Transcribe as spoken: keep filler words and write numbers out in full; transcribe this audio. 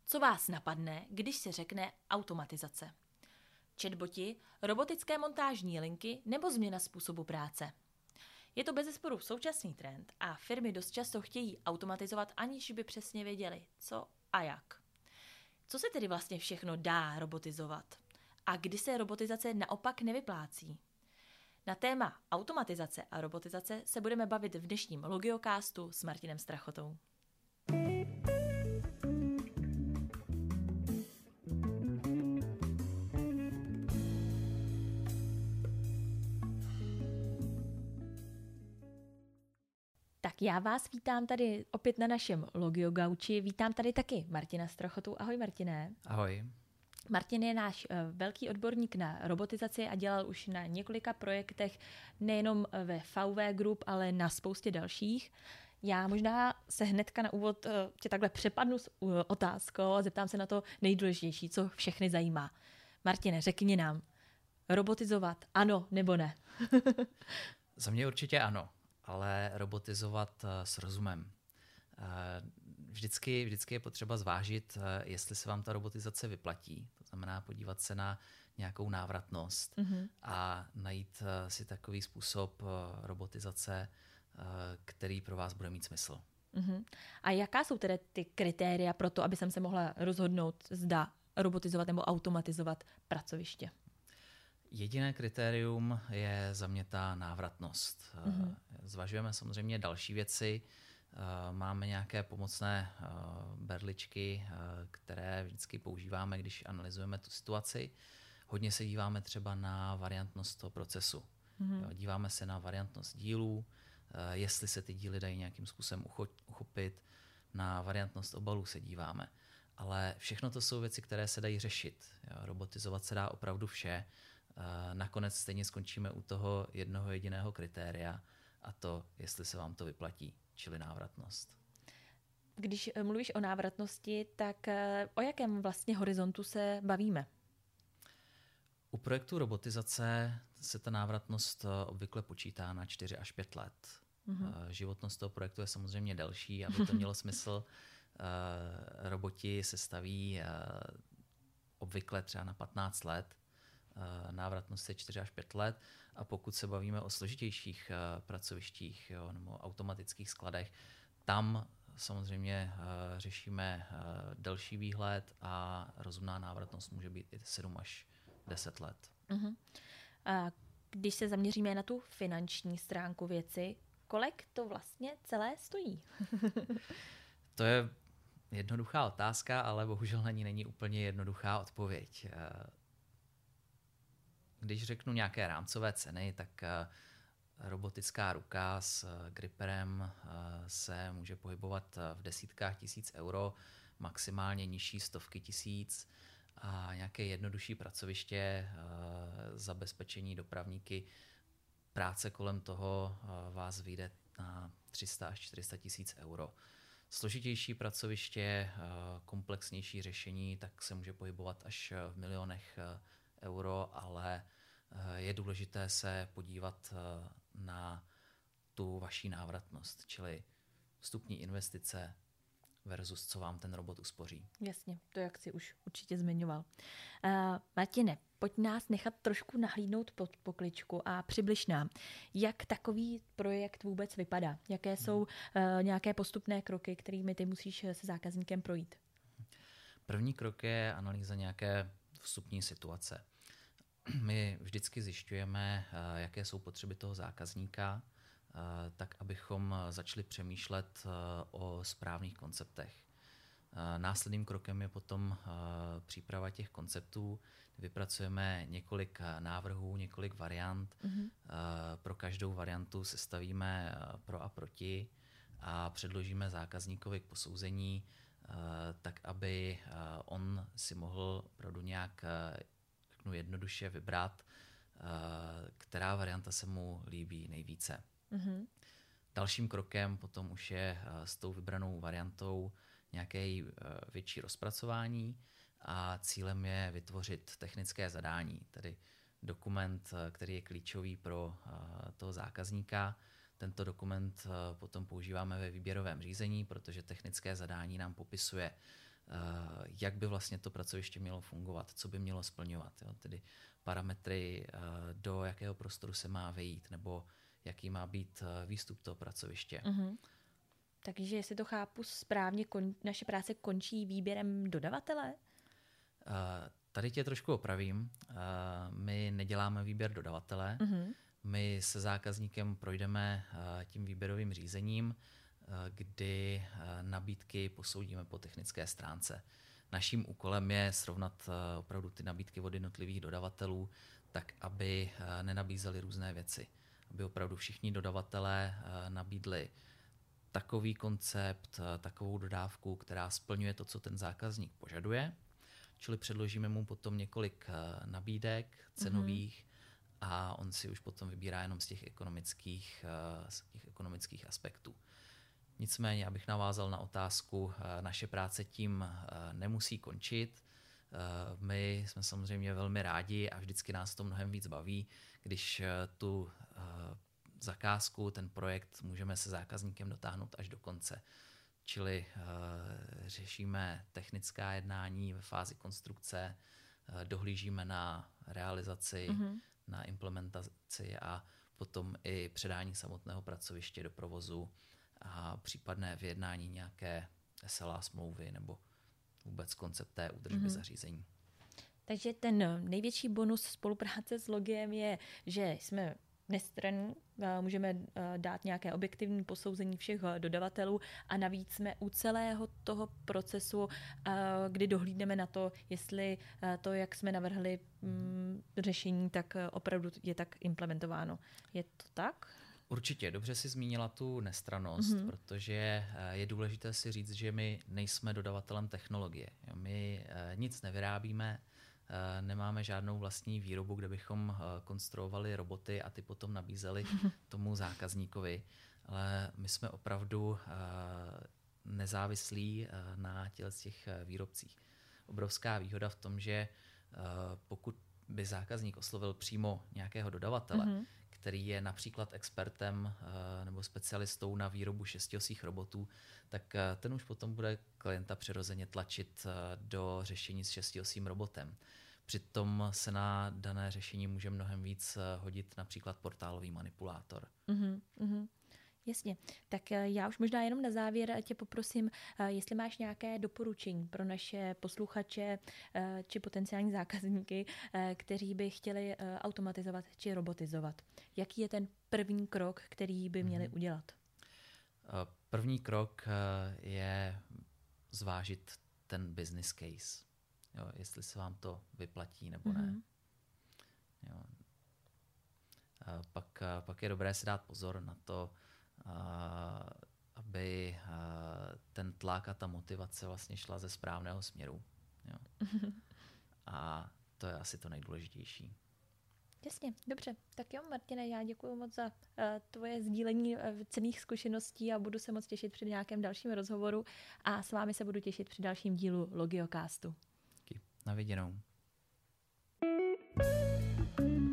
Co vás napadne, když se řekne automatizace? Chatboti, robotické montážní linky nebo změna způsobu práce? Je to bezesporu současný trend a firmy dost často chtějí automatizovat, aniž by přesně věděli, co a jak. Co se tedy vlastně všechno dá robotizovat? A kdy se robotizace naopak nevyplácí? Na téma automatizace a robotizace se budeme bavit v dnešním Logiocastu s Martinem Strachotou. Tak já vás vítám tady opět na našem Logio Gauči. Vítám tady taky Martina Strachotu. Ahoj Martine. Ahoj. Martin je náš velký odborník na robotizaci a dělal už na několika projektech, nejenom ve V V Group, ale na spoustě dalších. Já možná se hnedka na úvod tě takhle přepadnu s otázkou a zeptám se na to nejdůležitější, co všechny zajímá. Martine, řekni nám, robotizovat ano nebo ne? Za mě určitě ano, ale robotizovat s rozumem. Vždycky, vždycky je potřeba zvážit, jestli se vám ta robotizace vyplatí. To znamená podívat se na nějakou návratnost mm-hmm. a najít si takový způsob robotizace, který pro vás bude mít smysl. Mm-hmm. A jaká jsou tedy ty kritéria pro to, aby jsem se mohla rozhodnout, zda robotizovat nebo automatizovat pracoviště? Jediné kritérium je za mě ta návratnost. Mm-hmm. Zvažujeme samozřejmě další věci. Máme nějaké pomocné berličky, které vždycky používáme, když analyzujeme tu situaci. Hodně se díváme třeba na variantnost toho procesu. Mm-hmm. Díváme se na variantnost dílů, jestli se ty díly dají nějakým způsobem uchopit. Na variantnost obalů se díváme. Ale všechno to jsou věci, které se dají řešit. Robotizovat se dá opravdu vše. Nakonec stejně skončíme u toho jednoho jediného kritéria, a to, jestli se vám to vyplatí, čili návratnost. Když mluvíš o návratnosti, tak o jakém vlastně horizontu se bavíme? U projektu robotizace se ta návratnost obvykle počítá na čtyři až pět let. Mm-hmm. Životnost toho projektu je samozřejmě delší, aby to mělo smysl. Roboti se staví obvykle třeba na patnáct let. Návratnost je čtyři až pět let a pokud se bavíme o složitějších pracovištích, jo, nebo automatických skladech, tam samozřejmě řešíme delší výhled a rozumná návratnost může být i sedm až deset let. Uh-huh. A když se zaměříme na tu finanční stránku věci, kolik to vlastně celé stojí? To je jednoduchá otázka, ale bohužel na ní není úplně jednoduchá odpověď. Když řeknu nějaké rámcové ceny, tak robotická ruka s griperem se může pohybovat v desítkách tisíc euro, maximálně nižší stovky tisíc a nějaké jednodušší pracoviště, zabezpečení dopravníky, práce kolem toho vás vyjde na tři sta až čtyři sta tisíc euro. Složitější pracoviště, komplexnější řešení, tak se může pohybovat až v milionech euro, ale je důležité se podívat na tu vaši návratnost, čili vstupní investice versus co vám ten robot uspoří. Jasně, to jak jsi už určitě zmiňoval. Uh, Martine, pojď nás nechat trošku nahlídnout pod pokličku a přibliž nám, jak takový projekt vůbec vypadá. Jaké hmm. jsou uh, nějaké postupné kroky, kterými ty musíš se zákazníkem projít? První krok je analýza nějaké vstupní situace. My vždycky zjišťujeme, jaké jsou potřeby toho zákazníka, tak abychom začali přemýšlet o správných konceptech. Následným krokem je potom příprava těch konceptů. Vypracujeme několik návrhů, několik variant. Mm-hmm. Pro každou variantu sestavíme pro a proti a předložíme zákazníkovi k posouzení, tak aby on si mohl opravdu nějak jednoduše vybrat, která varianta se mu líbí nejvíce. Mm-hmm. Dalším krokem potom už je s tou vybranou variantou nějaké větší rozpracování a cílem je vytvořit technické zadání, tedy dokument, který je klíčový pro toho zákazníka. Tento dokument potom používáme ve výběrovém řízení, protože technické zadání nám popisuje jak by vlastně to pracoviště mělo fungovat, co by mělo splňovat. Jo? Tedy parametry, do jakého prostoru se má vejít, nebo jaký má být výstup toho pracoviště. Mm-hmm. Takže jestli to chápu správně, kon, naše práce končí výběrem dodavatele? Uh, tady tě trošku opravím. Uh, my neděláme výběr dodavatele. Mm-hmm. My se zákazníkem projdeme uh, tím výběrovým řízením, uh, kdy uh, nabídky posoudíme po technické stránce. Naším úkolem je srovnat uh, opravdu ty nabídky od jednotlivých dodavatelů, tak aby uh, nenabízeli různé věci. Aby opravdu všichni dodavatelé uh, nabídli takový koncept, takovou dodávku, která splňuje to, co ten zákazník požaduje. Čili předložíme mu potom několik nabídek cenových mm-hmm. a on si už potom vybírá jenom z těch ekonomických, z těch ekonomických aspektů. Nicméně, abych navázal na otázku, naše práce tím nemusí končit. My jsme samozřejmě velmi rádi a vždycky nás to mnohem víc baví, když tu zakázku, ten projekt můžeme se zákazníkem dotáhnout až do konce. Čili uh, řešíme technická jednání ve fázi konstrukce, uh, dohlížíme na realizaci, mm-hmm. na implementaci a potom i předání samotného pracoviště do provozu a případné vyjednání nějaké S L A smlouvy nebo vůbec koncept té údržby mm-hmm. zařízení. Takže ten největší bonus spolupráce s Logiem je, že jsme nestranní, můžeme dát nějaké objektivní posouzení všech dodavatelů a navíc jsme u celého toho procesu, kdy dohlídneme na to, jestli to, jak jsme navrhli řešení, tak opravdu je tak implementováno. Je to tak? Určitě, dobře si zmínila tu nestrannost, mm-hmm. protože je důležité si říct, že my nejsme dodavatelem technologie. My nic nevyrábíme, nemáme žádnou vlastní výrobu, kde bychom konstruovali roboty a ty potom nabízeli tomu zákazníkovi, ale my jsme opravdu nezávislí na těch výrobcích. Obrovská výhoda v tom, že pokud by zákazník oslovil přímo nějakého dodavatele, mm-hmm. který je například expertem nebo specialistou na výrobu šestiosých robotů, tak ten už potom bude klienta přirozeně tlačit do řešení s šestiosým robotem. Přitom se na dané řešení může mnohem víc hodit například portálový manipulátor. Mm-hmm, mm-hmm. Jasně. Tak já už možná jenom na závěr tě poprosím, jestli máš nějaké doporučení pro naše posluchače či potenciální zákazníky, kteří by chtěli automatizovat či robotizovat. Jaký je ten první krok, který by měli mm-hmm. udělat? První krok je zvážit ten business case. Jo, jestli se vám to vyplatí nebo mm-hmm. ne. Jo. Pak, pak je dobré si dát pozor na to, aby ten tlak a ta motivace vlastně šla ze správného směru. Jo. A to je asi to nejdůležitější. Jasně, dobře. Tak jo, Martine, já děkuji moc za uh, tvoje sdílení uh, cenných zkušeností a budu se moc těšit při nějakém dalším rozhovoru a s vámi se budu těšit při dalším dílu Logiocastu. Díky. Na viděnou.